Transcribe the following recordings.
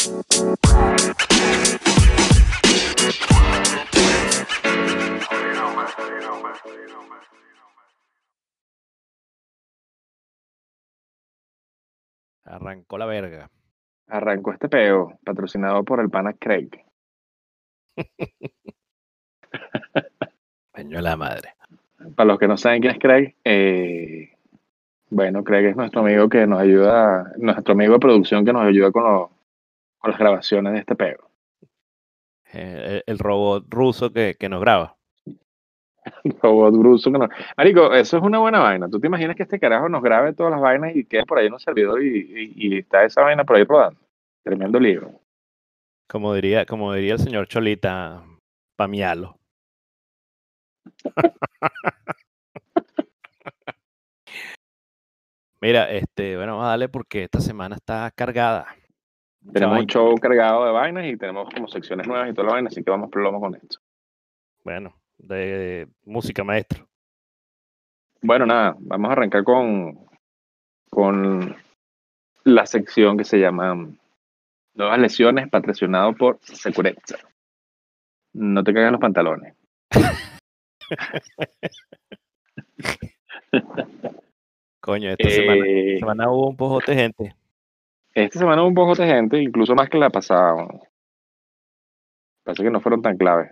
Arrancó la verga. Arrancó este peo, patrocinado por el pana Craig. Peño de la madre. Para los que no saben quién es Craig, bueno, Craig es nuestro amigo que nos ayuda, nuestro amigo de producción que nos ayuda con las grabaciones de este peo. El robot ruso que nos graba. Robot Bruso que no. Marico, eso es una buena vaina. ¿Tú te imaginas que este carajo nos grabe todas las vainas y quede por ahí en un servidor y está esa vaina por ahí rodando? Tremendo libro. Como diría el señor Cholita, pamealo. Mira, bueno, vamos a darle porque esta semana está cargada. Tenemos un show cargado de vainas y tenemos como secciones nuevas y toda la vaina, así que vamos plomo con esto. Bueno, de música, maestro. Bueno, nada, vamos a arrancar con la sección que se llama Nuevas Lesiones, patrocinado por Securezza. No te caigan los pantalones. Coño, esta semana hubo un poco de gente. Esta semana hubo un poco de gente, incluso más que la pasada. Parece que no fueron tan claves.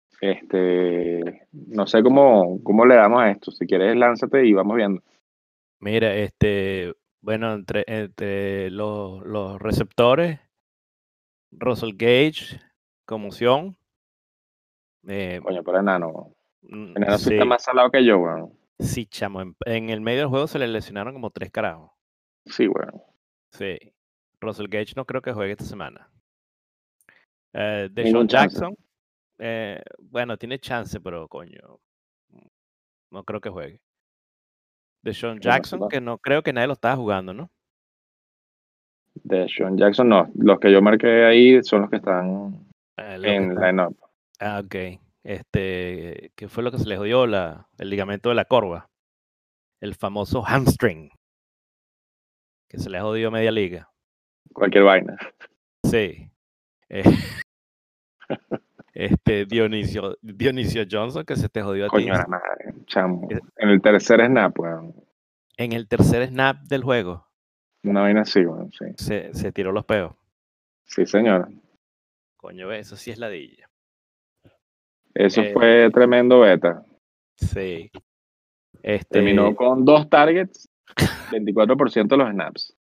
No sé cómo le damos a esto. Si quieres, lánzate y vamos viendo. Mira, bueno, entre los receptores, Russell Gage, conmoción. Coño, pero Enano sí sí, está más salado que yo, weón. sí, chamo. En el medio del juego se le lesionaron como 3 carajos. Sí, weón. Sí. Russell Gage no creo que juegue esta semana. Ningún Deshaun chance. Jackson, bueno, tiene chance, pero coño, no creo que juegue. Deshaun Jackson, que no creo que nadie lo estaba jugando, ¿no? Deshaun Jackson no. Los que yo marqué ahí son los que están en line-up. Ah, ok. ¿Qué fue lo que se le jodió? El ligamento de la corva. El famoso hamstring. Que se le ha jodido media liga. Cualquier vaina. Sí. Dionisio Johnson, que se te jodió a ti. Coño, la madre, chamo. En el tercer snap, weón. En el tercer snap del juego. Una vaina así, weón, sí. Se tiró los peos. Sí, señor. Coño, eso sí es ladilla. Eso fue tremendo beta. Sí. Terminó con 2 targets, 24% de los snaps.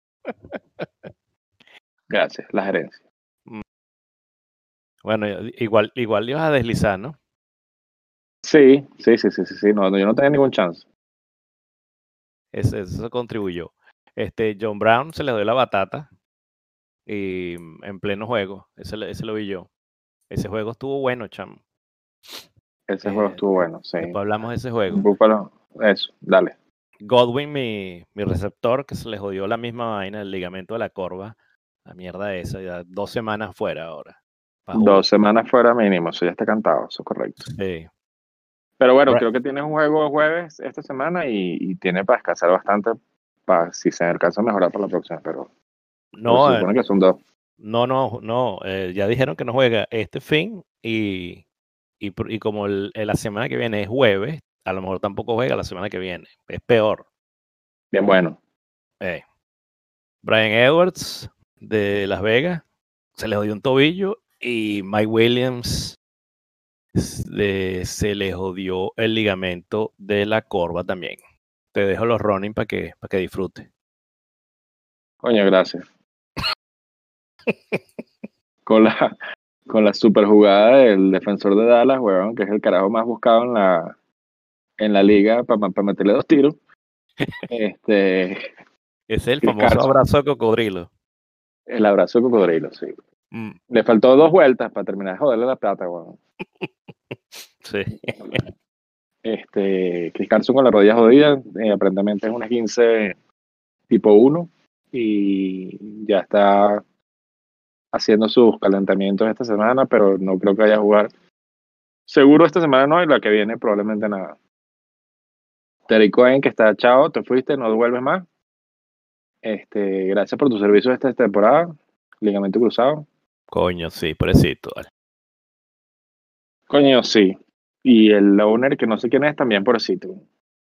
Gracias, la gerencia. Bueno, igual ibas a deslizar, ¿no? Sí. No, yo no tenía ningún chance. Eso contribuyó. John Brown se le dio la batata y en pleno juego. Ese lo vi yo. Ese juego estuvo bueno, chamo. Ese juego estuvo bueno, sí. Después hablamos de ese juego. Búfalo, eso, dale. Godwin, mi receptor, que se le jodió la misma vaina, el ligamento de la corva. La mierda esa, ya 2 semanas fuera ahora. 2 semanas fuera mínimo, eso ya está cantado, eso es correcto. Sí. Pero bueno, creo que tienes un juego jueves esta semana y tiene para descansar bastante para si se alcanza a mejorar para la próxima, pero no, se supone que son 2. No, ya dijeron que no juega este fin y como la semana que viene es jueves, a lo mejor tampoco juega la semana que viene. Es peor. Bien bueno. Brian Edwards de Las Vegas se le jodió un tobillo y Mike Williams se le jodió el ligamento de la corva también. Te dejo los running para que disfrutes. Coño, gracias. con la super jugada del defensor de Dallas, weón, que es el carajo más buscado en la liga para meterle 2 tiros. Es el famoso abrazo de cocodrilo. El abrazo de cocodrilo, sí. Le faltó 2 vueltas para terminar de joderle la plata, weón. Sí. Chris Carson con la rodilla jodida, aparentemente es una 15 tipo 1 y ya está haciendo sus calentamientos esta semana, pero no creo que vaya a jugar. Seguro esta semana no, y la que viene probablemente nada. Terry Cohen, que está chao, te fuiste, no vuelves más. Gracias por tu servicio esta temporada. ligamento cruzado. Coño, sí, pobrecito. Vale. Coño, sí. Y el owner, que no sé quién es, también pobrecito.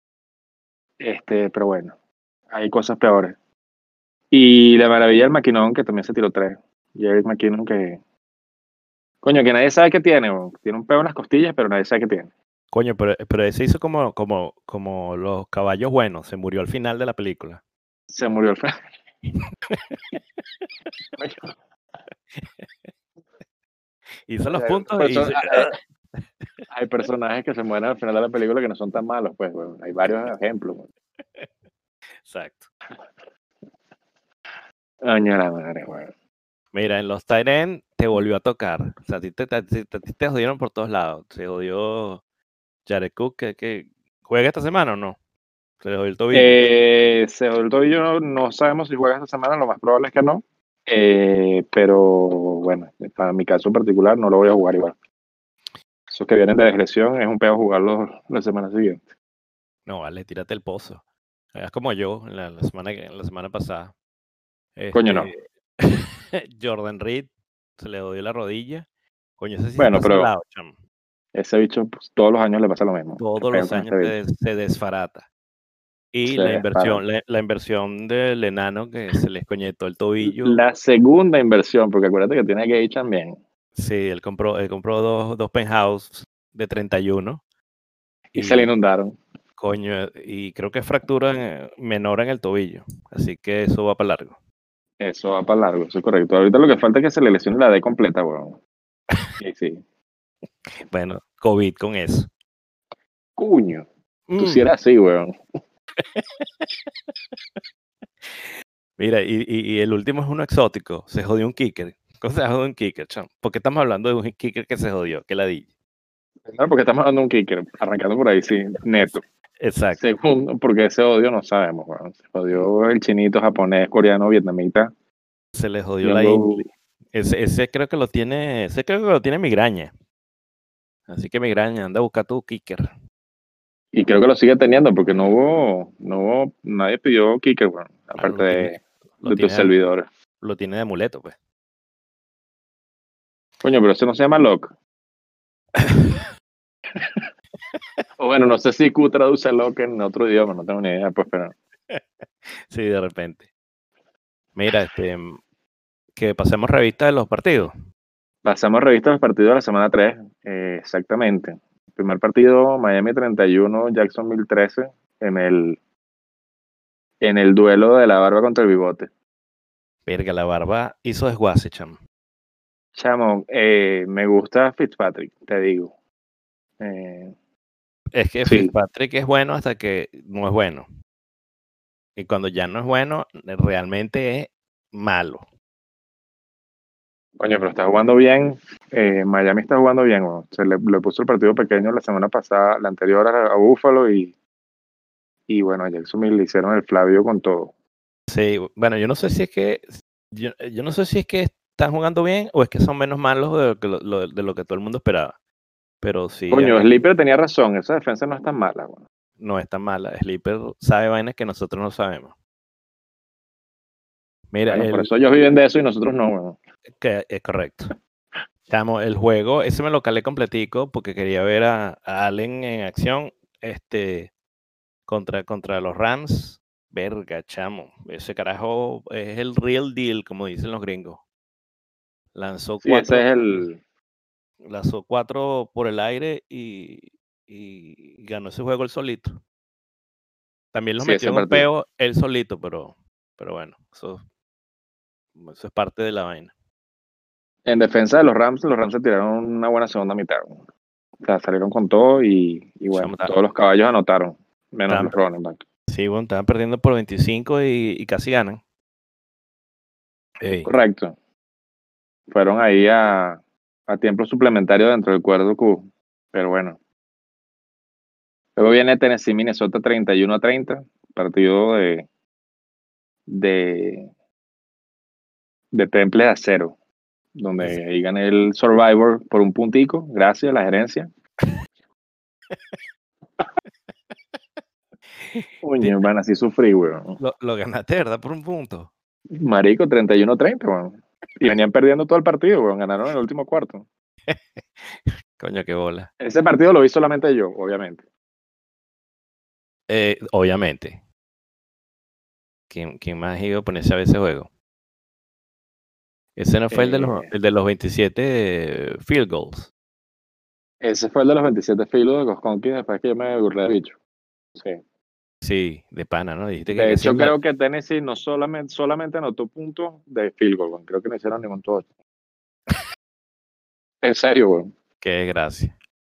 Pero bueno, hay cosas peores. Y la maravilla del maquinón, que también se tiró 3. Y el maquinón que, coño, que nadie sabe qué tiene, weón. Tiene un pedo en las costillas, pero nadie sabe qué tiene. Coño, pero ese hizo como los caballos buenos. Se murió al final de la película. Se murió el Coño, Hizo los hay, puntos y perso- hay personajes que se mueren al final de la película que no son tan malos, pues, weón. Hay varios ejemplos, weón. Exacto. Coño, la madre, weón. Mira, en los tight end te volvió a tocar. O sea, a ti te jodieron por todos lados. Se jodió Jared Cook, que juega esta semana o no. Se le jodió el tobillo. Se jodió el tobillo, no sabemos si juega esta semana, lo más probable es que no. Pero bueno, para mi caso particular no lo voy a jugar igual. Esos que vienen de degresión es un pedo jugarlos la semana siguiente. No, vale, tírate el pozo. Es como yo la semana pasada. Coño, no. Jordan Reed se le jodió la rodilla. Coño, ese sí Bueno, está pero salado, chamo. ese bicho pues, todos los años le pasa lo mismo. ¿Qué Todos pedo los con años este bicho? se desfarata. Y Se la dispara. inversión, la inversión del enano que se le escoñetó el tobillo. La segunda inversión, porque acuérdate que tiene Gage también. Sí, él compró dos penthouse de 31 Y se le y inundaron. coño, y creo que es fractura menor en el tobillo. Así que eso va para largo. Eso va para largo, eso es correcto. Ahorita lo que falta es que se le lesione la D completa, weón. Y sí. Bueno, COVID con eso. Cuño. Tú sí Mm. eras así, weón. Mira, y el último es uno exótico. Se jodió un kicker. ¿Cómo se jodió un kicker, chamo? Porque estamos hablando de un kicker que se jodió, que ladilla. Primero, porque estamos dando un kicker, arrancando por ahí, sí, neto. Exacto. Segundo, porque ese odio no sabemos, weón. Se jodió el chinito, japonés, coreano, vietnamita. Se le jodió la Yongo. ingle. Ese creo que lo tiene migraña. Así que migraña, anda a buscar tu kicker. Y creo que lo sigue teniendo porque nadie pidió kicker, weón. Claro, Aparte lo tiene, lo de tus tiene, servidores. lo tiene de amuleto, pues. Coño, pero eso no se llama lock. O bueno, no sé si Q traduce lock en otro idioma, no tengo ni idea, pues, pero. Sí, de repente. Mira, que pasemos revista de los partidos. Pasamos revista de los partidos de la semana 3, exactamente. Primer partido, Miami 31, Jacksonville 13, en el duelo de la barba contra el bigote. Verga, la barba hizo desguace, chamo. Chamo, me gusta Fitzpatrick, te digo. Es que Sí, Fitzpatrick es bueno hasta que no es bueno. Y cuando ya no es bueno, realmente es malo. coño, pero está jugando bien. Miami está jugando bien. ¿No? Se le puso el partido pequeño la semana pasada, la anterior a Buffalo y bueno, a Jacksonville le hicieron el Flavio con todo. Sí, bueno, yo no sé si es que yo no sé si es que están jugando bien o es que son menos malos de lo que todo el mundo esperaba. Pero sí, Coño, Sleeper tenía razón, esa defensa no es tan mala. Bueno. no es tan mala. Sleeper sabe vainas que nosotros no sabemos. Mira, Bueno, por eso ellos viven de eso y nosotros no. Bueno. que es correcto. Chamo, el juego, ese me lo calé completico porque quería ver a Allen en acción, contra los Rams. Verga, chamo. Ese carajo es el real deal, como dicen los gringos. Lanzó Sí, ese es lanzó cuatro por el aire y ganó ese juego él solito. También los sí, metió ese en un partido. peo él solito, pero bueno, eso es parte de la vaina. En defensa de los Rams se tiraron una buena segunda mitad. Bueno. O sea, salieron con todo y Chamo, bueno, todos los caballos anotaron, menos estaban los running back. sí, bueno, estaban perdiendo por 25 y casi ganan. Ey, Correcto. Fueron ahí a tiempo suplementario dentro del cuerdo Q. Pero bueno. Luego viene Tennessee, Minnesota 31-30. Partido de, de Temple a cero. Donde ahí gana el Survivor por un puntico. Gracias a la gerencia. Coño, van así sufrí, weón. lo ganaste, ¿verdad? Por un punto. Marico, 31-30, weón. Y venían perdiendo todo el partido, weón. Ganaron el último cuarto. Coño, qué bola. Ese partido lo vi solamente yo, obviamente. Obviamente. ¿Quién más iba a ponerse a ver ese juego? Ese no fue el de los 27 field goals. Ese fue el de los 27 filos de Gosconki después que yo me burlé de bicho. Sí. Sí, de pana, ¿no? Dijiste De que hecho, hacían creo que Tennessee no solamente anotó puntos de field goal, weón. Creo que no hicieron ningún touch. En serio, weón. Qué desgracia.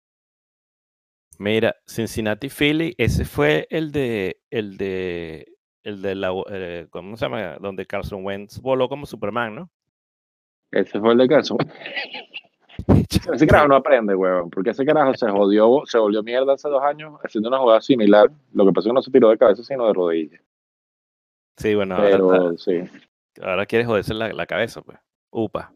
Mira, Cincinnati Philly, ese fue el de la, ¿cómo se llama? Donde Carson Wentz voló como Superman, ¿no? Ese fue el de caso. Ese carajo no aprende, weón. Porque ese carajo se volvió mierda hace 2 años haciendo una jugada similar. Lo que pasó es que no se tiró de cabeza, sino de rodillas. Sí, bueno, Pero sí. ahora quiere joderse la cabeza, pues. Upa.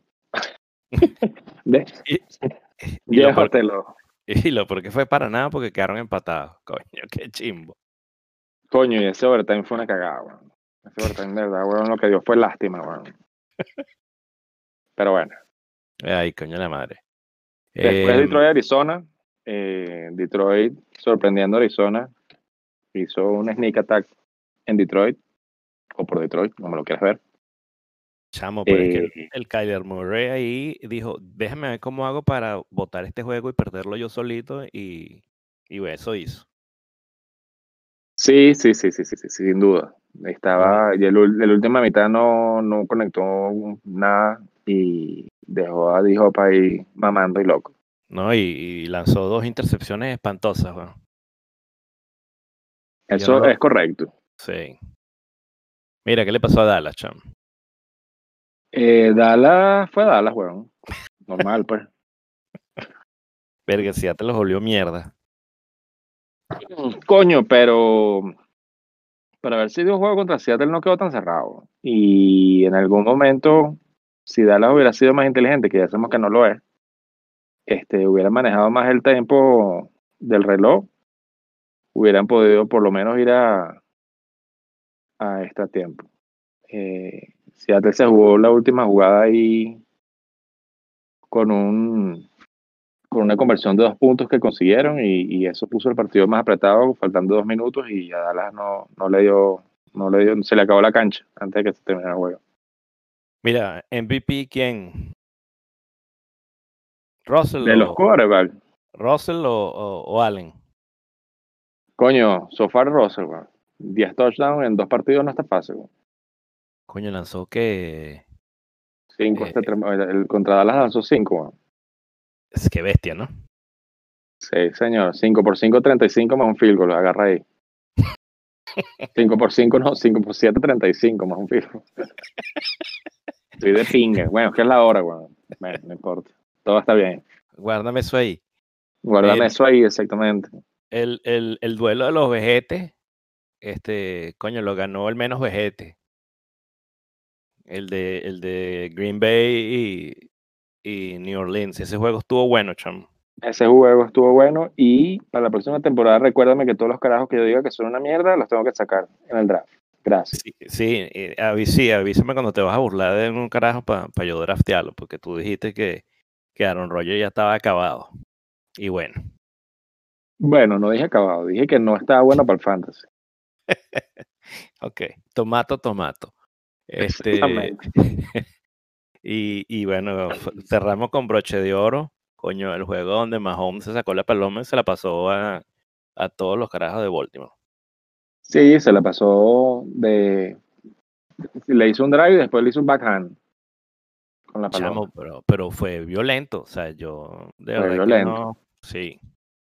De, Y lo peor, llévatelo. y lo peor que fue para nada porque quedaron empatados. Coño, qué chimbo. Coño, y ese overtime fue una cagada, weón. Ese overtime, de verdad, weón, lo que dio fue lástima, weón. Pero bueno. Ay, coño la madre. Después Detroit, Arizona. Detroit, sorprendiendo a Arizona, hizo un sneak attack en Detroit, o por Detroit, no me lo quieres ver. Chamo, pero es que el Kyler Murray ahí dijo, déjame ver cómo hago para botar este juego y perderlo yo solito, y bueno, eso hizo. Sí, sin duda. Estaba, y el última mitad no conectó nada y dejó a D-Hop ahí mamando y loco. No, y lanzó 2 intercepciones espantosas, weón. Eso es correcto. Sí. Mira, ¿qué le pasó a Dallas, chamo? Dallas fue Dallas, weón. Normal, pues. Verga, si ya te los volvió mierda. Coño, pero haber sido un juego contra Seattle no quedó tan cerrado. Y en algún momento, si Dallas hubiera sido más inteligente, que ya sabemos que no lo es, hubiera manejado más el tiempo del reloj, hubieran podido por lo menos ir a extra tiempo. Seattle se jugó la última jugada ahí con una conversión de 2 puntos que consiguieron y eso puso el partido más apretado, faltando 2 minutos y a Dallas no le dio, se le acabó la cancha antes de que se terminara el juego. Mira, MVP, ¿quién? Russell De los quarterbacks. Russell o Allen. Coño, so far Russell, weón. 10 touchdowns en 2 partidos no está fácil, weón. Coño, lanzó que 5, el contra Dallas lanzó 5, weón. es que bestia, ¿no? Sí, señor. 5 por 5, 35 más un field goal. Agarra ahí. 5 por 5, no. 5 por 7, 35 más un field goal. Estoy de pinga. Bueno, es que es la hora, weón. Bueno, no importa. Todo está bien. Guárdame eso ahí. Guárdame eso ahí, exactamente. El duelo de los vejetes, coño, lo ganó el menos vejete. El de Green Bay y New Orleans. Ese juego estuvo bueno, chamo. Ese juego estuvo bueno y para la próxima temporada recuérdame que todos los carajos que yo diga que son una mierda los tengo que sacar en el draft. Gracias. Sí, avísame cuando te vas a burlar de un carajo para yo draftearlo, porque tú dijiste que Aaron Rodgers ya estaba acabado. Y bueno. Bueno, no dije acabado, dije que no estaba bueno para el fantasy. Ok, tomato. Y bueno, cerramos con broche de oro. Coño, el juego donde Mahomes se sacó la paloma y se la pasó a todos los carajos de Baltimore. Sí, se la pasó le hizo un drive y después le hizo un backhand con la paloma. Chamo, pero fue violento. O sea, yo de Fue verdad violento. que no. Sí.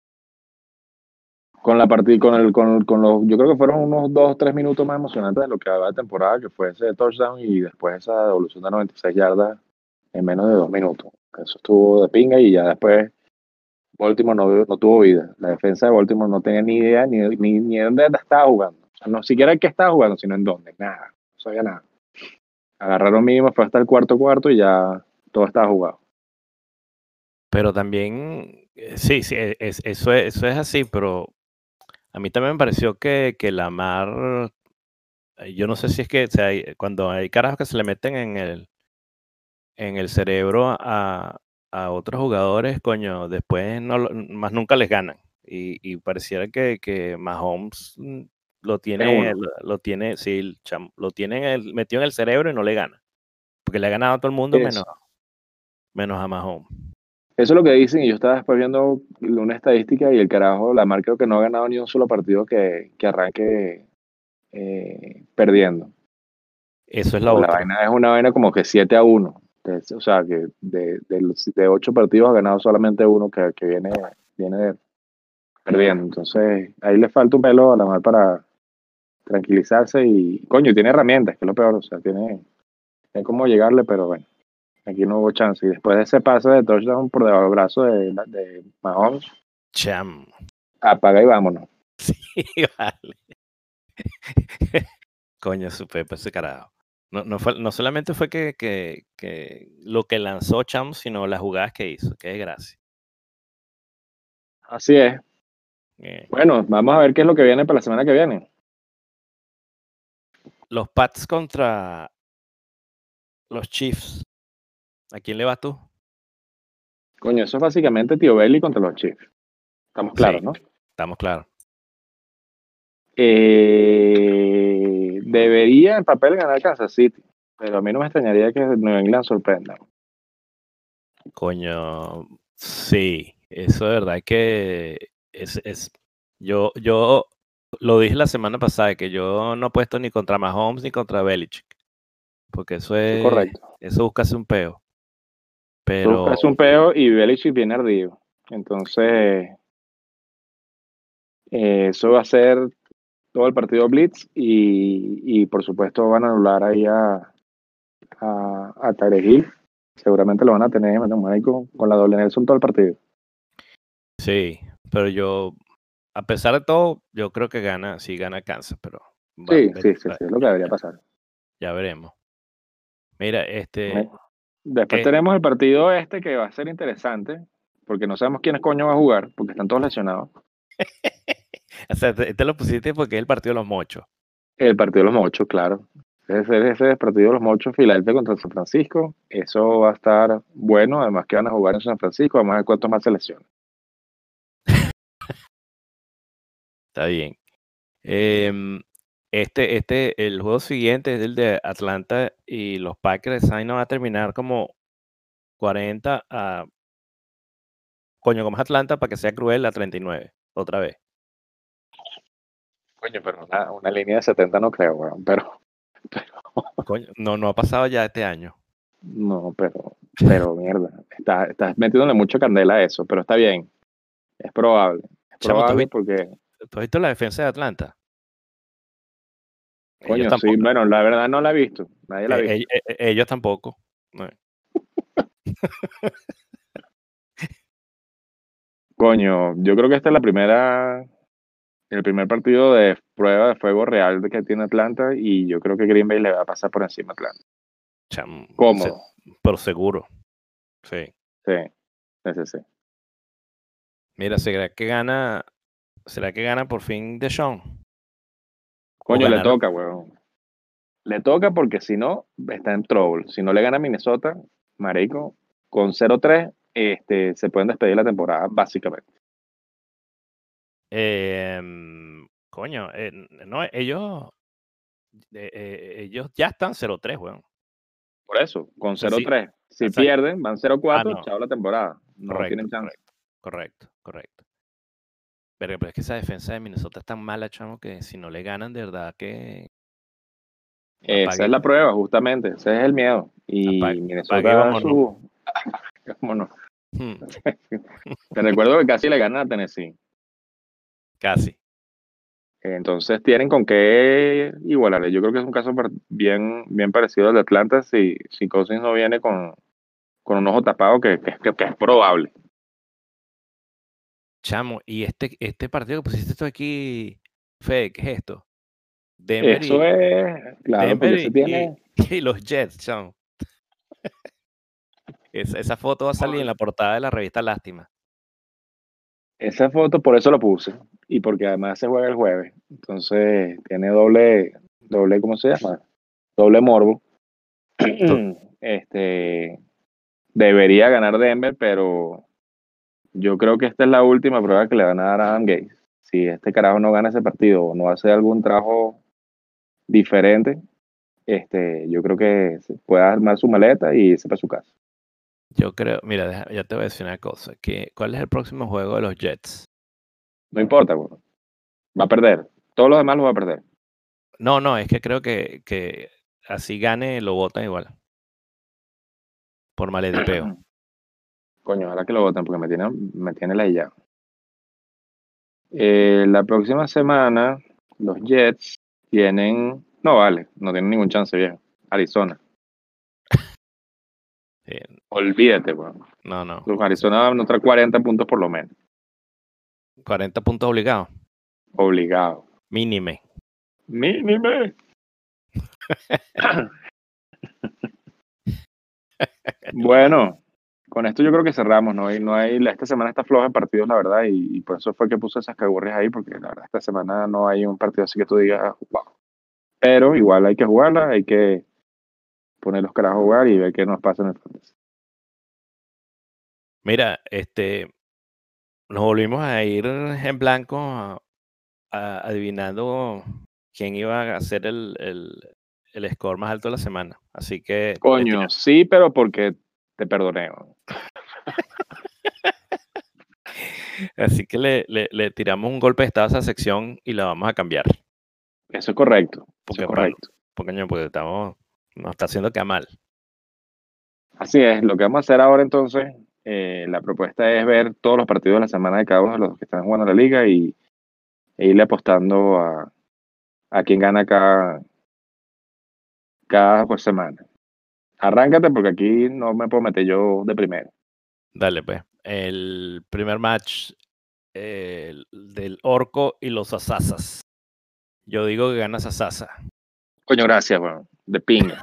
Con la partida, con los, yo creo que fueron unos 2-3 minutos más emocionantes de lo que va la temporada, que fue ese touchdown y después esa devolución de 96 yardas en menos de 2 minutos. Eso estuvo de pinga y ya después Baltimore no tuvo vida. La defensa de Baltimore no tenía ni idea ni dónde estaba jugando. O sea, no siquiera en qué estaba jugando, sino en dónde. Nada, no sabía nada. Agarraron mínimo, fue hasta el cuarto y ya todo estaba jugado. Pero también, sí, eso es así, pero a mí también me pareció que Lamar, yo no sé si es que, o sea, cuando hay carajos que se le meten en el cerebro a otros jugadores, coño, después más nunca les ganan. Y pareciera que Mahomes lo tiene, sí, lo tiene metido en el cerebro y no le gana. Porque le ha ganado a todo el mundo menos a Mahomes. Eso es lo que dicen, y yo estaba después viendo una estadística y el carajo, Lamar creo que no ha ganado ni un solo partido que arranque perdiendo. Eso es la La otra. vaina es una vaina como que 7-1. O sea, que de 8 partidos ha ganado solamente uno que viene perdiendo. Entonces, ahí le falta un pelo a Lamar para tranquilizarse y, coño, tiene herramientas, que es lo peor. O sea, tiene cómo llegarle, pero bueno, aquí no hubo chance. Y después de ese pase de touchdown por debajo del brazo de Mahomes, Cham. apaga y vámonos. Sí, vale. Coño, su Pepe, ese carajo. No solamente fue que lo que lanzó Cham, sino las jugadas que hizo. Qué desgracia. Así es. Bueno, vamos a ver qué es lo que viene para la semana que viene. Los Pats contra los Chiefs. ¿A quién le vas tú? Coño, eso es básicamente Tío Belly contra los Chiefs. Estamos claros, Sí, ¿no? estamos claros. Debería en papel ganar Kansas City, pero a mí no me extrañaría que Nueva England sorprenda. Coño, sí, eso de verdad que yo lo dije la semana pasada, que yo no apuesto ni contra Mahomes ni contra Belichick, porque eso es correcto. eso buscarse un peo. Pero es un peo y Belichick viene ardido. Entonces, eso va a ser todo el partido Blitz y por supuesto van a anular ahí a Tyreek Hill. Seguramente lo van a tener matemático con la doble Nelson todo el partido. Sí, pero yo, a pesar de todo, yo creo que sí gana Kansas, pero Sí, es lo que debería pasar. Ya veremos. Mira, después tenemos el partido que va a ser interesante, porque no sabemos quiénes coño va a jugar, porque están todos lesionados. O sea, te lo pusiste porque es el partido de los mochos. El partido de los mochos, claro. Ese partido de los mochos, Filadelfia contra San Francisco. Eso va a estar bueno, además que van a jugar en San Francisco, vamos a ver cuántos más selecciones. Está bien. El juego siguiente es el de Atlanta y los Packers. Ahí no va a terminar como 40 a... Coño, como es Atlanta, para que sea cruel, a 39. Otra vez. Coño, pero una línea de 70 no creo, weón, pero... Coño, no ha pasado ya este año. No, pero mierda. Estás metiéndole mucha candela a eso, pero está bien. Es probable. Chamo, Porque... ¿tú has visto la defensa de Atlanta? Coño, sí, bueno, la verdad no la he visto. Nadie la ha visto. Ellos tampoco. No. Coño, yo creo que esta es el primer partido de prueba de fuego real que tiene Atlanta y yo creo que Green Bay le va a pasar por encima a Atlanta. Chamo, Cómodo. Pero seguro. Sí. Sí. Mira, ¿será que gana por fin Deshaun? Coño, le toca, weón. Le toca porque si no, está en trouble. Si no le gana a Minnesota, marico, con 0-3, se pueden despedir la temporada, básicamente. Coño, no, ellos ya están 0-3, weón. Por eso, con O sea, 0-3. Si pierden, van 0-4, no. chao la temporada. No tienen chance. Correcto. Pero es que esa defensa de Minnesota es tan mala, chamo, que si no le ganan, de verdad que... Esa es la prueba, justamente. Ese es el miedo. Y Minnesota su... ¿Cómo no? Te recuerdo que casi le ganan a Tennessee. Casi. Entonces tienen con qué igualar. Yo creo que es un caso bien parecido al de Atlanta si Cousins no viene con un ojo tapado, que es probable. Chamo, y este partido que pusiste tú aquí, Fede, ¿qué es esto? Denver Eso es, claro, Denver porque se tiene... y los Jets, chamo. Esa foto va a salir en la portada de la revista Lástima. Esa foto, por eso lo puse. Y porque además se juega el jueves. Entonces tiene doble, ¿cómo se llama? Doble morbo. debería ganar Denver, pero yo creo que esta es la última prueba que le van a dar a Adam Gates. Si este carajo no gana ese partido o no hace algún trabajo diferente, yo creo que se puede armar su maleta y irse para su casa. Yo creo, mira, ya te voy a decir una cosa, ¿cuál es el próximo juego de los Jets? No importa, bueno, va a perder. Todos los demás los va a perder. No, es que creo que así gane, lo votan igual. Por maledipeo. Coño, ojalá que lo voten porque me tiene la idea. La próxima semana, los Jets tienen. No vale, no tienen ningún chance, viejo. Arizona. Olvídate, weón. No. Los Arizona van a anotar 40 puntos por lo menos. 40 puntos obligados. Obligado. Mínime. Mínime. Bueno, con esto yo creo que cerramos, esta semana está floja en partidos, la verdad, y por eso fue que puse esas cagurrias ahí, porque la verdad esta semana no hay un partido así que tú digas, wow. Pero igual hay que jugarla, hay que poner los carajos a jugar y ver qué nos pasa en el fantasy. Mira, nos volvimos a ir en blanco adivinando quién iba a ser el score más alto de la semana. Así que Coño, sí, pero porque te perdoné. ¿No? Así que le tiramos un golpe de estado a esa sección y la vamos a cambiar. Eso es correcto. Porque, eso es correcto. Porque nos está haciendo quedar mal. Así es, lo que vamos a hacer ahora entonces, la propuesta es ver todos los partidos de la semana de cada uno de los que están jugando la liga e irle apostando a quién gana cada pues, semana. Arráncate porque aquí no me puedo meter yo de primero. Dale, pues. El primer match del Orco y los Asasas. Yo digo que gana Sasasa. Coño, gracias, bueno, de pinga.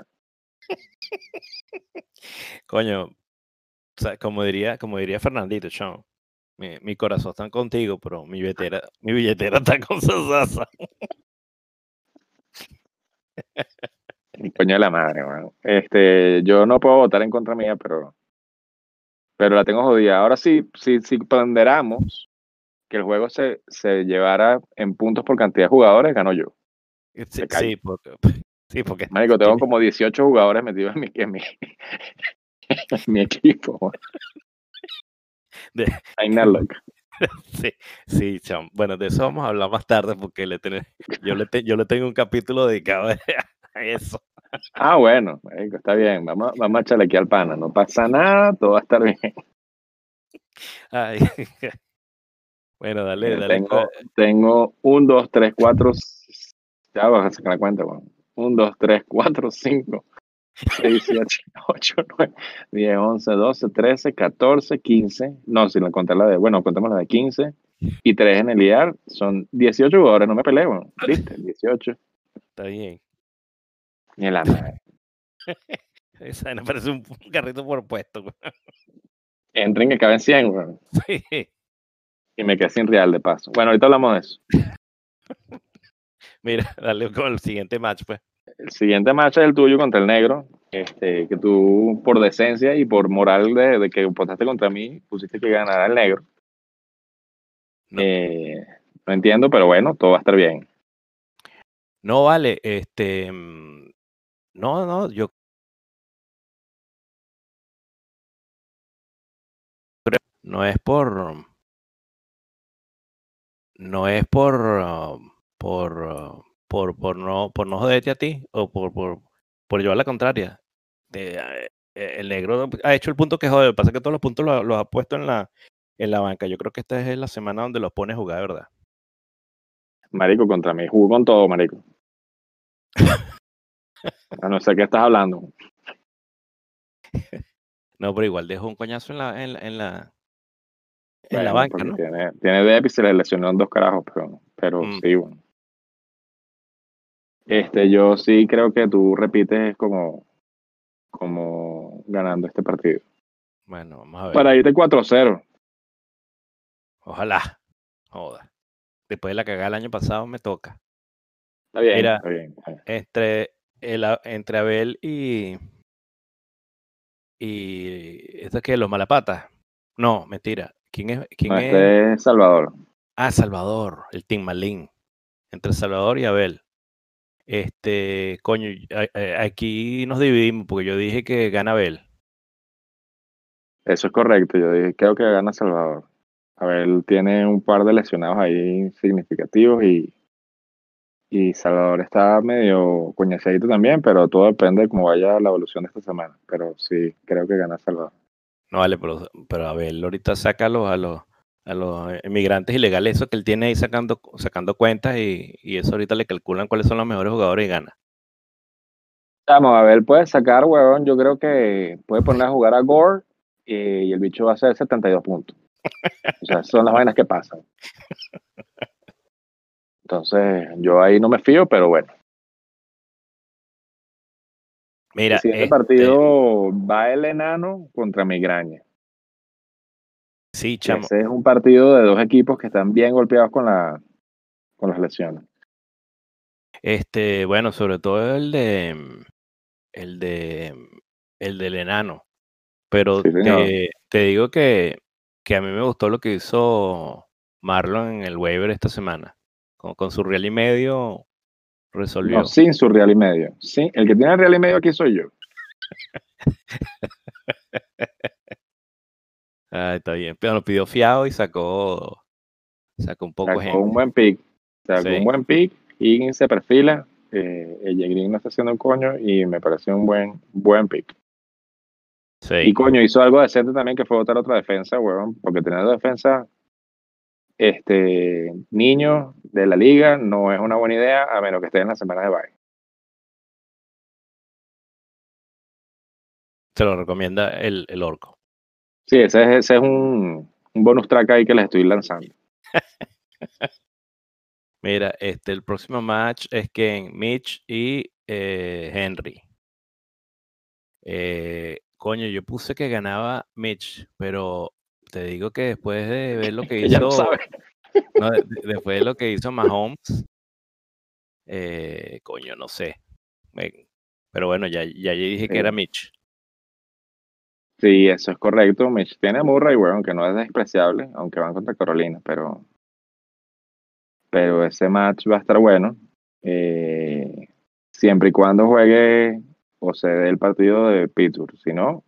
Coño, o sea, como diría Fernandito, chamo, mi corazón está contigo, pero mi billetera está con Sasasa. Coño de la madre, bueno. Yo no puedo votar en contra mía, pero la tengo jodida. Ahora sí, si ponderamos que el juego se llevara en puntos por cantidad de jugadores, gano yo. Sí, porque Marico, tengo como 18 jugadores metidos en mi equipo. Hay nada loca. Sí, chamo. Bueno, de eso vamos a hablar más tarde porque yo le tengo un capítulo dedicado a eso. Ah, bueno, marico, está bien. Vamos a echarle aquí al pana. No pasa nada, todo va a estar bien. Ay. Bueno, dale. Tengo 1, 2, 3, 4. Ya vas a sacar la cuenta, bueno. 1, 2, 3, 4, 5, 6, 7, 8, 9, 10, 11, 12, 13, 14, 15. No, sin contar contamos la de 15 y 3 en el IAR. Son 18 jugadores, no me peleo, ¿viste? 18. Está bien. Ni la madre. Esa me parece un carrito por puesto. Entren que caben 100, güey. Sí. Y me quedé sin real de paso. Bueno, ahorita hablamos de eso. Mira, dale con el siguiente match, pues. El siguiente match es el tuyo contra el negro. Que tú, por decencia y por moral de que votaste contra mí, pusiste que ganara el negro. No. No entiendo, pero bueno, todo va a estar bien. No vale, no, yo creo, por no joderte a ti o por llevar la contraria. El negro ha hecho el punto que jode, lo que pasa es que todos los puntos los ha puesto en la banca. Yo creo que esta es la semana donde los pone a jugar, ¿verdad? Marico, contra mí. Jugó con todo, marico. No sé qué estás hablando. No, pero igual dejó un coñazo en la Bueno, banca, porque ¿no? tiene dep y se le lesionó en 2 carajos, pero sí, bueno. Yo sí creo que tú repites como ganando este partido. Bueno, vamos a ver. Para irte 4-0. Ojalá. Joda. Después de la cagada el año pasado me toca. Está bien, Mira, está bien. entre Abel y ¿esto qué? ¿Los Malapatas? No, mentira. ¿Quién es? No, este es Salvador. Ah, Salvador, el Team Malín. Entre Salvador y Abel. Coño, aquí nos dividimos porque yo dije que gana Abel. Eso es correcto. Yo dije, creo que gana Salvador. A ver, él tiene un par de lesionados ahí significativos y Salvador está medio coñaceadito también, pero todo depende de cómo vaya la evolución de esta semana. Pero sí, creo que gana Salvador. No vale, pero Abel ahorita saca a los inmigrantes ilegales, eso que él tiene ahí sacando cuentas y eso ahorita le calculan cuáles son los mejores jugadores y gana. Vamos, a ver, puede sacar, huevón. Yo creo que puede poner a jugar a Gore y el bicho va a hacer 72 puntos. O sea, son las vainas que pasan. Entonces, yo ahí no me fío, pero bueno. Mira, El siguiente partido va el Enano contra Migraña. sí, chamo. Ese es un partido de dos equipos que están bien golpeados con las lesiones. Bueno, sobre todo el del Enano. Pero Sí, señor. te digo que a mí me gustó lo que hizo Marlon en el waiver esta semana. Con su Real y medio No, resolvió. sin su Real y medio. Sí, el que tiene el Real y medio aquí soy yo. Está bien. Pero lo pidió fiado y sacó un poco Sacó gente. un buen pick. Sacó Sí. un buen pick. Higgins se perfila. El Green no está haciendo un coño y me pareció un buen pick. Sí. Y coño, hizo algo decente también que fue votar otra defensa, huevón, porque tener dos defensas niños de la liga no es una buena idea a menos que esté en la semana de bye. Se lo recomienda el Orco. Sí, ese es un bonus track ahí que les estoy lanzando. Mira, el próximo match es que Mitch y Henry. Coño, yo puse que ganaba Mitch, pero te digo que después de ver lo que Ya lo hizo, sabes. no, después de lo que hizo Mahomes, coño, no sé. Pero bueno, ya dije que era Mitch. Sí, eso es correcto. Mitch tiene a Murray, weón, que no es despreciable, aunque van contra Carolina, pero ese match va a estar bueno. Siempre y cuando juegue o se dé el partido de Pittsburgh. Si no,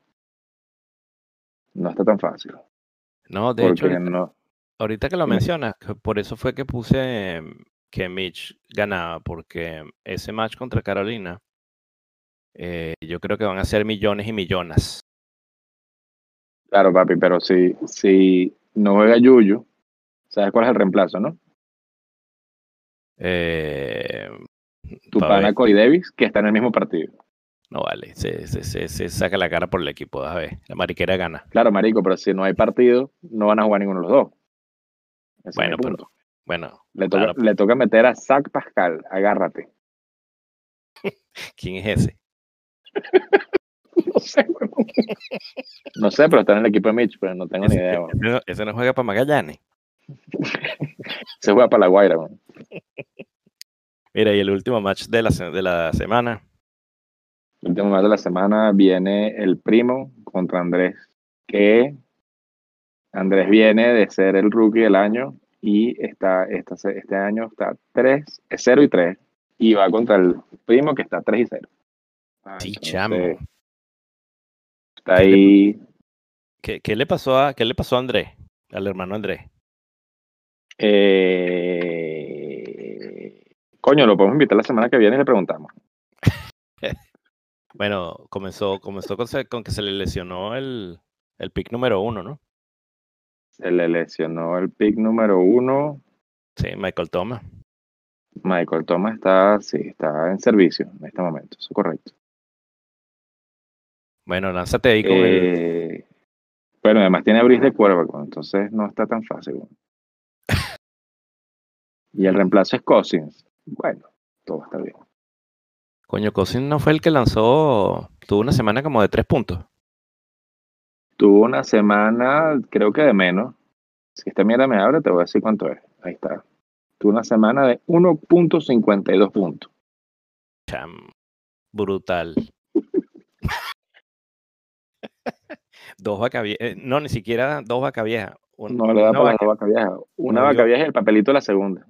no está tan fácil. No, de hecho, Porque no. ahorita que lo Dime. mencionas, por eso fue que puse que Mitch ganaba, porque ese match contra Carolina, yo creo que van a ser millones y millones. Claro, papi, pero si no juega Yuyu, ¿sabes cuál es el reemplazo, no? Tu Pa' ver. pana Corey Davis, que está en el mismo partido. No vale, se saca la cara por el equipo, a ver, la mariquera gana. Claro, marico, pero si no hay partido, no van a jugar ninguno de los dos. Ese es mi Bueno, pero, punto. bueno, Le claro, toca meter a Zach Pascal, agárrate. ¿quién es ese? No sé, huevón. No sé, pero está en el equipo de Mitch, pero no tengo ni idea, huevón. Ese no juega para Magallanes. Se juega para la Guaira, huevón. Mira, y el último match de la semana. El último match de la semana viene el primo contra Andrés, que Andrés viene de ser el rookie del año y este año está 0-3 y va contra el primo que está 3-0. Sí, Entonces, chamo. está ahí. ¿Qué le pasó a Andrés? Al hermano Andrés. Coño, lo podemos invitar la semana que viene y le preguntamos. Bueno, comenzó con que se le lesionó el pick número 1, ¿no? Se le lesionó el pick número 1. Sí, Michael Thomas. Michael Thomas está en servicio en este momento, eso es correcto. Bueno, lánzate ahí con el... Bueno, además tiene a Brice de Cuerva, entonces no está tan fácil. Y el reemplazo es Cousins. Bueno, todo está bien. Coño, Cousins no fue el que tuvo una semana como de 3 puntos. Tuvo una semana, creo que de menos. Si esta mierda me abre, te voy a decir cuánto es. Ahí está. Tuvo una semana de 1.52 puntos. Cham, brutal. 2 vacas viejas. No, ni siquiera 2 vacas viejas. No le da Una para las vaca. dos vacas viejas. Una No vaca dio. vieja y el papelito la segunda.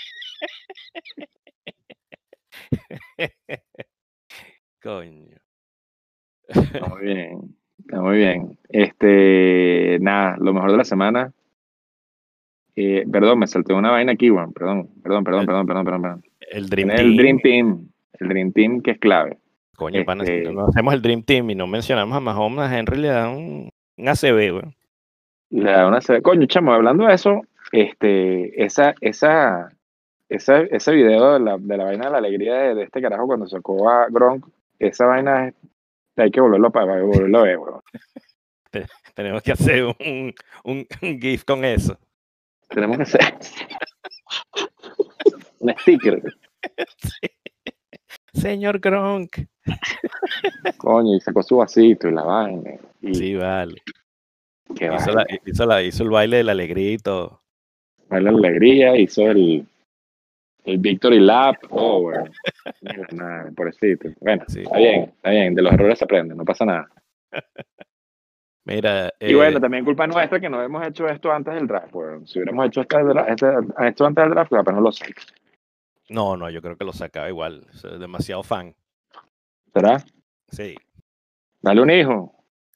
Coño. Está muy bien. Está muy bien. Nada, lo mejor de la semana. Perdón, me salté una vaina aquí, Juan. El, Perdón. el Dream Tiene el Team. Dream Team. El Dream Team que es clave. Coño, pana, si Este, no hacemos el Dream Team y no mencionamos a Mahomes, a Henry le da un ACV, weón. Le da una coño, chamo, hablando de eso, ese video de la vaina de la alegría de este carajo cuando sacó a Gronk, esa vaina hay que volverlo a ver, weón. Tenemos que hacer un GIF con eso. Tenemos que hacer un sticker, Sí. Señor Gronk. coño, y sacó su vasito y la vaina. Y Sí, vale. qué Hizo, vaina. hizo el baile de la alegría y todo. Baila la alegría, hizo el Victory Lap, oh, weón. Mira, nada, pobrecito. Bueno, Sí. está bien, de los errores se aprende, no pasa nada. Mira, Y bueno, también culpa nuestra que no hemos hecho esto antes del draft, weón. Si hubiéramos hecho esto antes del draft, capaz no lo sé. no, yo creo que lo sacaba igual. Soy demasiado fan. ¿Será? Sí. Dale un hijo.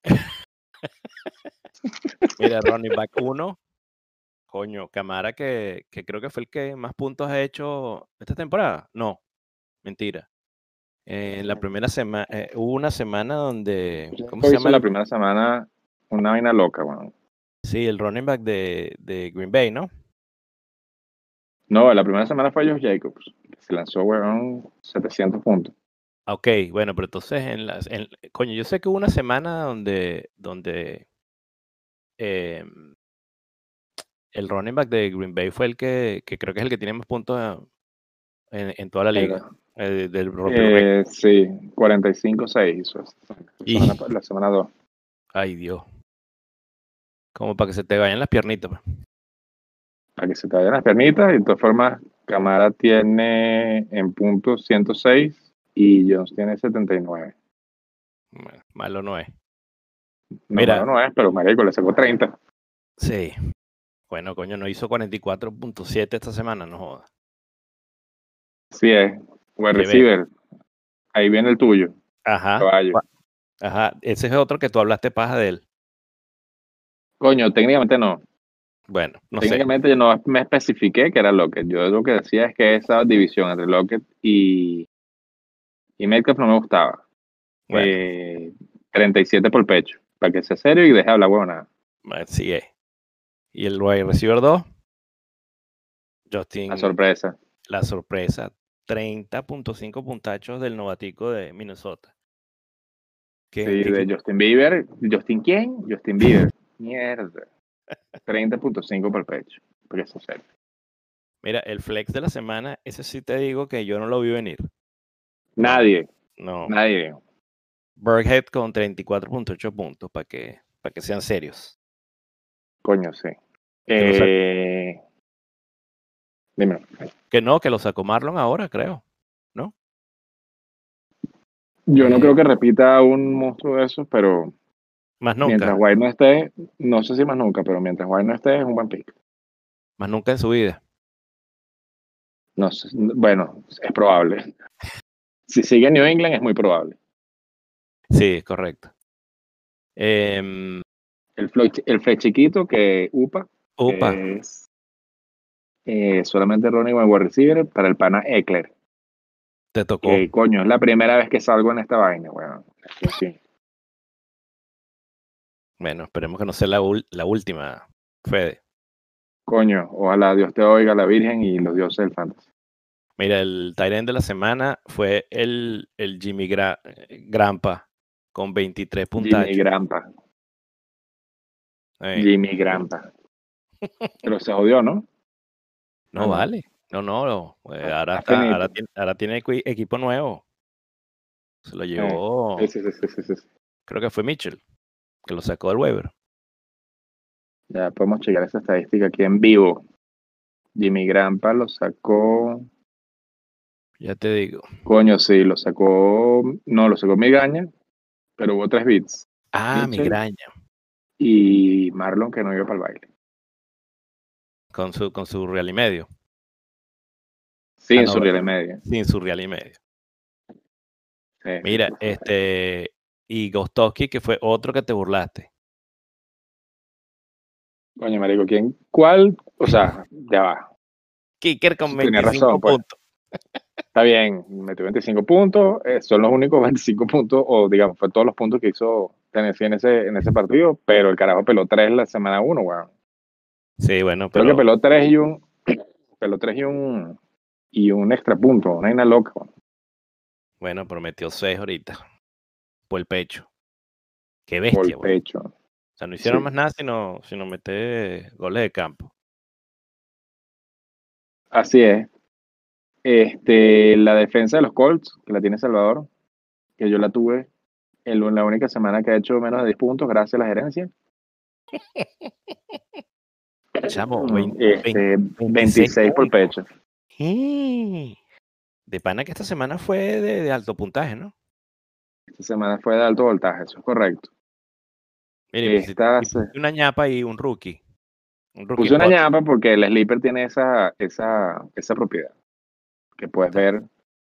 Mira, running back 1, coño, Camara, que creo que fue el que más puntos ha hecho esta temporada. No, mentira. En la primera semana, hubo una semana donde, ¿cómo se Hizo llama la el? primera semana una vaina loca, weón. Sí, el running back de Green Bay, ¿no? No, la primera semana fue Josh Jacobs. Se lanzó, weón, 700 puntos. Ok, bueno, pero entonces coño, yo sé que hubo una semana donde el running back de Green Bay fue el que creo que es el que tiene más puntos en toda la liga, rompió el récord. Sí, 45-6 hizo la semana 2. Ay, Dios, como para que se te vayan las piernitas, pues. Para que se te vayan las pernitas. Y de todas formas, Camara tiene en puntos 106 y Jones tiene 79. Bueno, malo no es. No, Mira, malo no es, pero marico, le sacó 30. sí, bueno, coño, no hizo 44.7 esta semana, no jodas. Sí es. Wide Qué bestia. receiver. Ahí viene el tuyo, Ajá, caballo. ajá, ese es otro que tú hablaste paja de él. Coño, técnicamente no. Bueno, no sé. Técnicamente yo no me especifiqué que era Lockett. Yo lo que decía es que esa división entre Lockett y Metcalf no me gustaba. Bueno, 37 por pecho. Para que sea serio y deje hablar huevona. sí es. Y el wide receiver 2, La Justin, sorpresa. la sorpresa, 30.5 puntachos del novatico de Minnesota. Sí, Que de Justin Bieber. ¿Justin quién? Justin Bieber. Mierda. 30.5 por pecho. Para que sea serio. mira, el flex de la semana, ese sí te digo que yo no lo vi venir. No, Nadie. no. Nadie. Burkhead con 34.8 puntos, para que sean serios. Coño, sí. Que lo, sa- Dime. que lo sacó Marlon ahora, creo. ¿No? Yo no Eh, creo que repita un monstruo de esos, pero más mientras nunca, White no esté, no sé si más nunca, pero mientras White no esté, es un buen pick. más nunca en su vida. No sé, bueno, es probable. Si sigue en New England, es muy probable. Sí, correcto. Em, El fle chiquito que UPA, Upa, que es solamente running wide receiver para el pana Eckler. te tocó. Que coño, es la primera vez que salgo en esta vaina, weón. En fin. Bueno, esperemos que no sea la última, Fede. Coño, ojalá Dios te oiga, la Virgen y los dioses del fantasy. Mira, el tight end de la semana fue el Jimmy Grampa con 23 Jimmy puntachos. Grampa. Eh, Jimmy Grampa. Pero se jodió, ¿no? Ah, no no. vale. No. Está finito. Ahora tiene equipo nuevo. Se lo Sí, llevó, sí, sí, sí, sí, sí. creo que fue Mitchell, que lo sacó del waiver. Ya podemos checar esa estadística aquí en vivo. Jimmy Grampa lo sacó. Ya te digo. Coño, sí, lo sacó. No, lo sacó Migaña, pero hubo 3 bits. Ah, Mitchell, migraña. y Marlon, que no iba para el baile. Con su real y medio. Sin no, su real y ¿verdad? medio. Sin su real y medio. Sí, Mira, y Gostowski, que fue otro que te burlaste. Coño, marico, ¿cuál? O sea, ya va. Kicker con Tenía 25 razón, pues. puntos. Está bien, metió 25 puntos, son los únicos 25 puntos, o digamos, fue todos los puntos que hizo Tennessee en ese partido, pero el carajo peló 3 la semana 1, weón. Sí, bueno, Creo que pero peló 3 y un extra punto, una vaina loca, weón. bueno, prometió 6 ahorita. Por el pecho. Qué Por el bestia, weón. pecho. O sea, no hicieron Sí, más nada sino meter goles de campo. así es. La defensa de los Colts, que la tiene Salvador, que yo la tuve en la única semana que ha hecho menos de 10 puntos, gracias a la gerencia. Chamo, 26 26 por puntos. pecho. De pana que esta semana fue de alto puntaje, ¿no? Esta semana fue de alto voltaje, eso es correcto. Mira, y Estas, pusiste una ñapa y un rookie. Un rookie puse una spot. ñapa porque el sleeper tiene esa propiedad, que puedes Está ver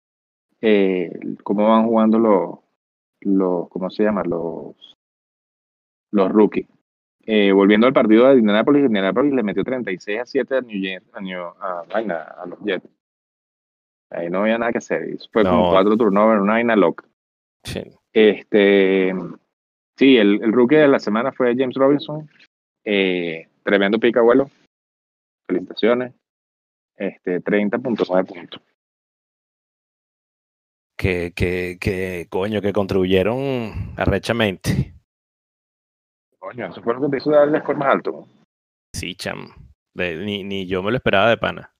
cómo van jugando ¿cómo se llama? Los rookies. Volviendo al partido de Indianapolis le metió 36-7 a los Jets. Ahí no había nada que hacer. Fue como No, 4 turnovers, una vaina loca. sí. Este, sí, el rookie de la semana fue James Robinson. Tremendo pick, abuelo. Felicitaciones. 30.9 puntos. Que coño, que contribuyeron arrechamente. Coño, eso fue lo que te hizo dar el score más alto, ¿no? Sí, cham. Ni yo me lo esperaba de pana.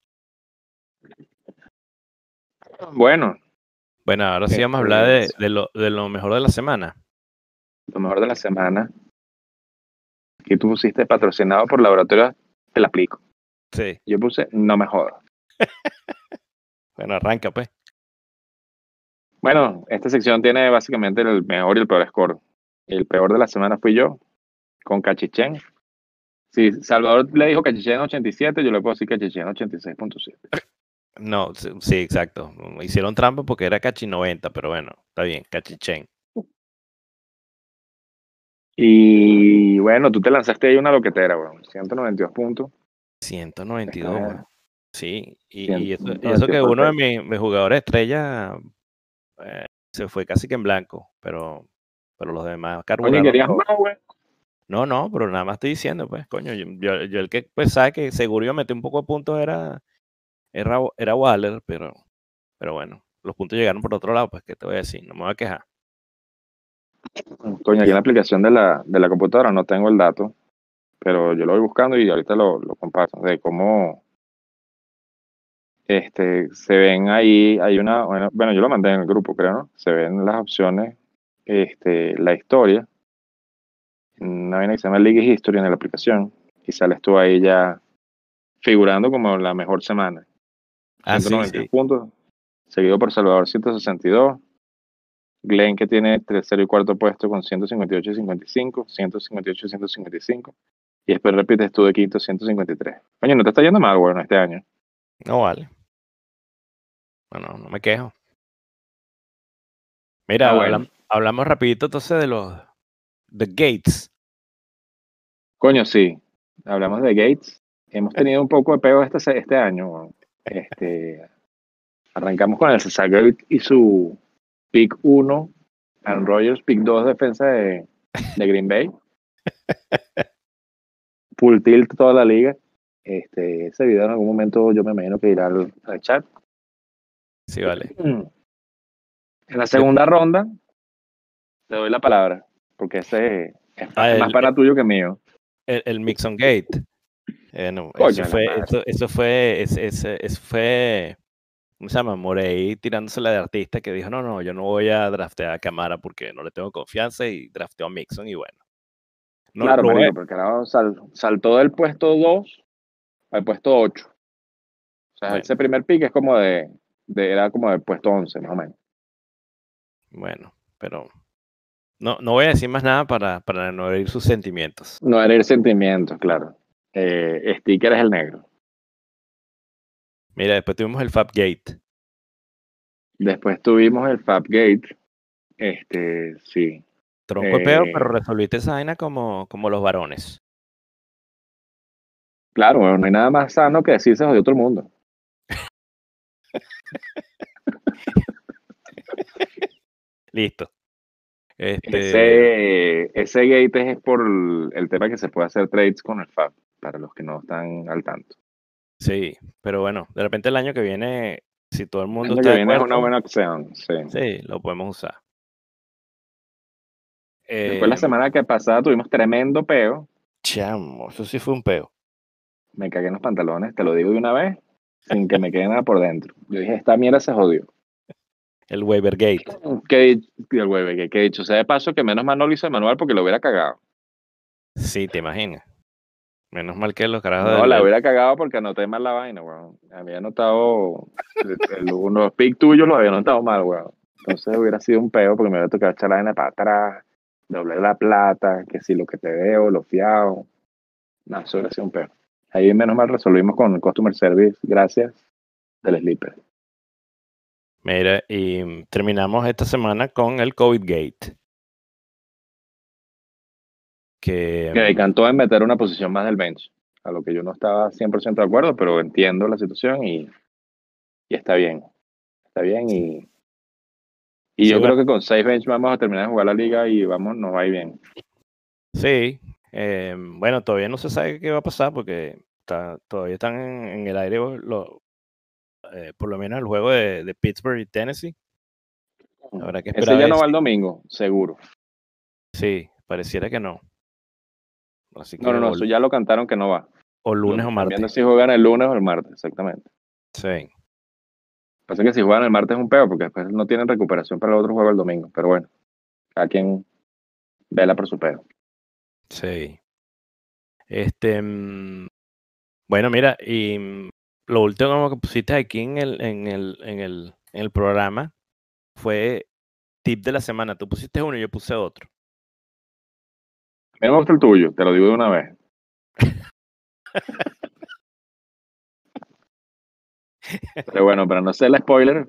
Bueno, Bueno, ahora sí vamos a hablar de lo mejor de la semana. lo mejor de la semana que tú pusiste patrocinado por Laboratorio, te la aplico. Sí. Yo puse, no me jodas. Bueno, arranca, pues. Bueno, esta sección tiene básicamente el mejor y el peor score. El peor de la semana fui yo, con Cachichén. Si Salvador le dijo Cachichén 87, yo le puedo decir Cachichén 86.7. No, sí, exacto. Hicieron trampa porque era Cachi 90, pero bueno, está bien, Cachichen. Y bueno, tú te lanzaste ahí una loquetera, weón. 192 puntos. 192, Está bueno. Sí, y eso 192 que por uno de pecho. mis jugadores estrella se fue casi que en blanco, pero los demás Coño, carburaron querías todo. más, weón. No, pero nada más estoy diciendo, pues, coño, yo el que pues sabe que seguro iba a meter un poco de puntos era Waller, pero bueno, los puntos llegaron por otro lado, pues, ¿qué te voy a decir? No me voy a quejar. Coño, aquí en la aplicación de la computadora no tengo el dato, pero yo lo voy buscando y ahorita lo comparto, de cómo se ven ahí, hay una, bueno, yo lo mandé en el grupo, creo, ¿no? Se ven las opciones, la historia, una vaina que se llama League History en la aplicación, y sales tú ahí ya figurando como la mejor semana. Ah, sí, 192 sí. puntos, seguido por Salvador 162, Glenn que tiene tercero y cuarto puesto con 158 y 55, 158 y 155, y después repites tú de quinto 153. Coño, no te está yendo mal, bueno, este año. No vale. Bueno, no me quejo. Ah, Mira, bueno. hablamos rapidito entonces de los The Gates. Coño, sí. Hablamos de Gates. Hemos tenido un poco de peo este año. Arrancamos con el Cesar Gate y su pick 1, Aaron Rodgers, pick 2, defensa de Green Bay. Full tilt toda la liga. Ese video en algún momento yo me imagino que irá al chat. Sí, vale. En la De- segunda ronda, te doy la palabra, porque ese es más el, para tuyo que mío. el Mixon Gate. No, Coño, de la madre. eso fue, ¿cómo se llama? Morey tirándosela de artista que dijo, no, yo no voy a draftear a Camara porque no le tengo confianza y drafteó a Mixon y bueno. No, Claro, lo voy marico, porque ahora saltó del puesto 2 al puesto 8. O sea, bueno, ese primer pick es como era como del puesto 11, más o menos. bueno, pero No voy a decir más nada para no herir sus sentimientos. No herir sentimientos, claro. Sticker es el negro. Mira, después tuvimos el Fabgate. Después tuvimos el Fabgate. Sí. Tronco de peo, pero Eh, resolviste esa vaina como los varones. claro, bueno, no hay nada más sano que decirse de otro mundo. Listo. Ese gate es por el tema que se puede hacer trades con el Fab, para los que no están al tanto. Sí, pero bueno, de repente el año que viene, si todo el El mundo año está que de viene es una acuerdo, buena opción, sí. sí, lo podemos usar. Después la Em, semana que pasada tuvimos tremendo peo. Chamo, eso sí fue un peo. Me cagué en los pantalones, te lo digo de una vez, sin que me quede nada por dentro. Yo dije, esta mierda se jodió. El Wavergate. El hueve, que dicho sea de paso, que menos mal no lo hizo el manual porque lo hubiera cagado. Sí, te imaginas. Menos mal que los carajos No, la hubiera cagado porque anoté mal la vaina, weón. Había anotado, unos pics tuyos los había anotado mal, weón. Entonces hubiera sido un peo porque me hubiera tocado echar la vaina para atrás, doblar la plata, que si lo que te veo, lo fiado. No, eso hubiera sido un peo. Ahí menos mal resolvimos con el Customer Service, gracias, del Sleeper. Mira, y terminamos esta semana con el COVID Gate. Que Que decantó en meter una posición más del bench, a lo que yo no estaba 100% de acuerdo, pero entiendo la situación y está bien. Está bien y sí, yo creo bueno, que con 6 bench vamos a terminar de jugar la liga y vamos, nos va a ir bien. sí. Bueno, todavía no se sabe qué va a pasar porque todavía están en el aire por lo menos el juego de Pittsburgh y Tennessee. Habrá que esperar Ese a ya ver no va el si domingo, seguro. sí, pareciera que no. Así No, que no, no, eso ya lo cantaron que no va. o Lo lunes que o están martes. viendo es si juegan el lunes o el martes, exactamente. Sí, Pasa que si juegan el martes es un peo, porque después no tienen recuperación para el otro juego el domingo. Pero bueno, cada quien vela por su peo. sí. Bueno, mira, y lo último que pusiste aquí en el programa fue tip de la semana. Tú pusiste uno y yo puse otro. A mí no me gusta el tuyo, te lo digo de una vez. Pero bueno, para no hacer el spoiler,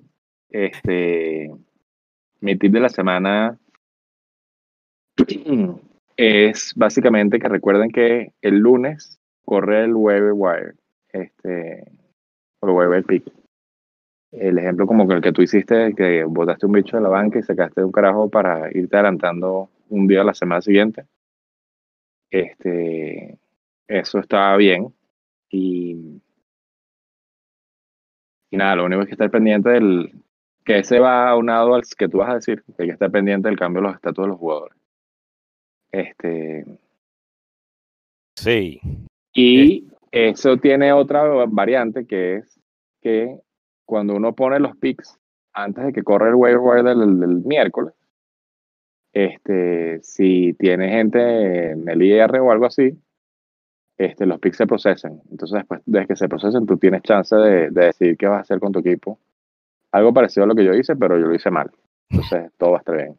mi tip de la semana es básicamente que recuerden que el lunes corre el waiver wire, o el waiver pick. El ejemplo como el que tú hiciste, que botaste un bicho de la banca y sacaste un carajo para irte adelantando un día a la semana siguiente. Eso está bien. Y, y nada, lo único es que estar pendiente que ese va aunado al que tú vas a decir, que hay que estar pendiente del cambio de los estatus de los jugadores. Este, Sí, es- y eso tiene otra variante que es que cuando uno pone los picks antes de que corra el waiver wire del miércoles, si tiene gente en el IR o algo así, los picks se procesan. Entonces, después de que se procesen, tú tienes chance de decidir qué vas a hacer con tu equipo. Algo parecido a lo que yo hice, pero yo lo hice mal. Entonces, todo va a estar bien.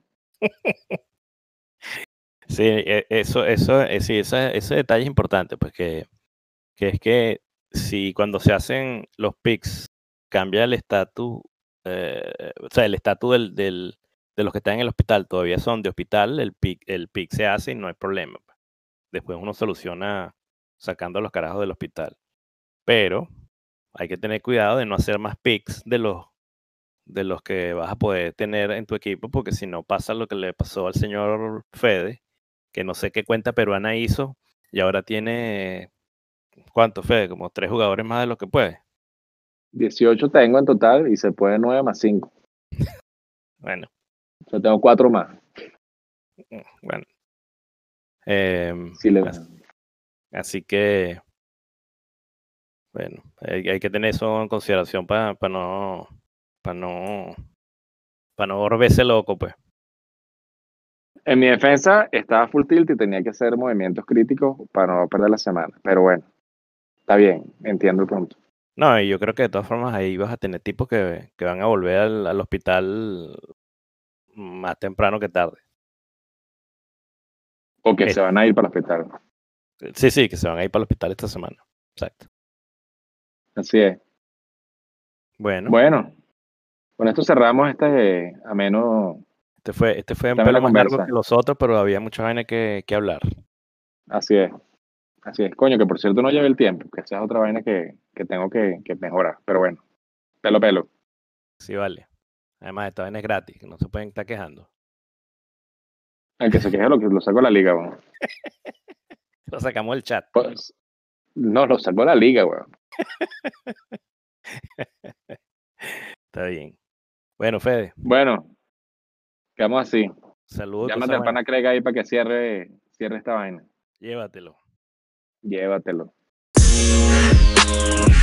sí, sí, ese detalle es importante, pues que es que si cuando se hacen los picks cambia el estatus, o sea, el estatus de los que están en el hospital todavía son de hospital, el pick se hace y no hay problema, pues. Después uno soluciona sacando a los carajos del hospital. Pero hay que tener cuidado de no hacer más picks de los que vas a poder tener en tu equipo, porque si no pasa lo que le pasó al señor Fede, que no sé qué cuenta peruana hizo y ahora tiene, ¿cuánto, Fede? Como 3 jugadores más de lo que puede. 18 tengo en total y se puede 9 más 5. Bueno, Yo tengo 4 más. bueno. em, Si le, as- así que, bueno, hay que tener eso en consideración para no, para no volverse loco, pues. en mi defensa estaba full tilt y tenía que hacer movimientos críticos para no perder la semana. Pero bueno, está bien, entiendo el punto. No, y yo creo que de todas formas ahí vas a tener tipos que van a volver al hospital más temprano que tarde. O que se van a ir para el hospital. Sí, que se van a ir para el hospital esta semana. Exacto. Así es. Bueno, Bueno, con esto cerramos este ameno, este fue un esta pelo amena más largo conversa. que los otros, pero había mucha vaina que hablar. Así es. Así es. Coño, que por cierto no llevé el tiempo, que esa es otra vaina que tengo que mejorar. Pero bueno, pelo. Sí, vale. Además, esta vaina es gratis, que no se pueden estar quejando. El que se queje lo saco de la liga, weón. Lo sacamos del chat. Pues, no, lo saco de la liga, weón. Está bien. Bueno, Fede, Bueno, quedamos así. saludos y Llámate cosas al pana buenas. Craig ahí para que cierre esta vaina. Llévatelo. Llévatelo.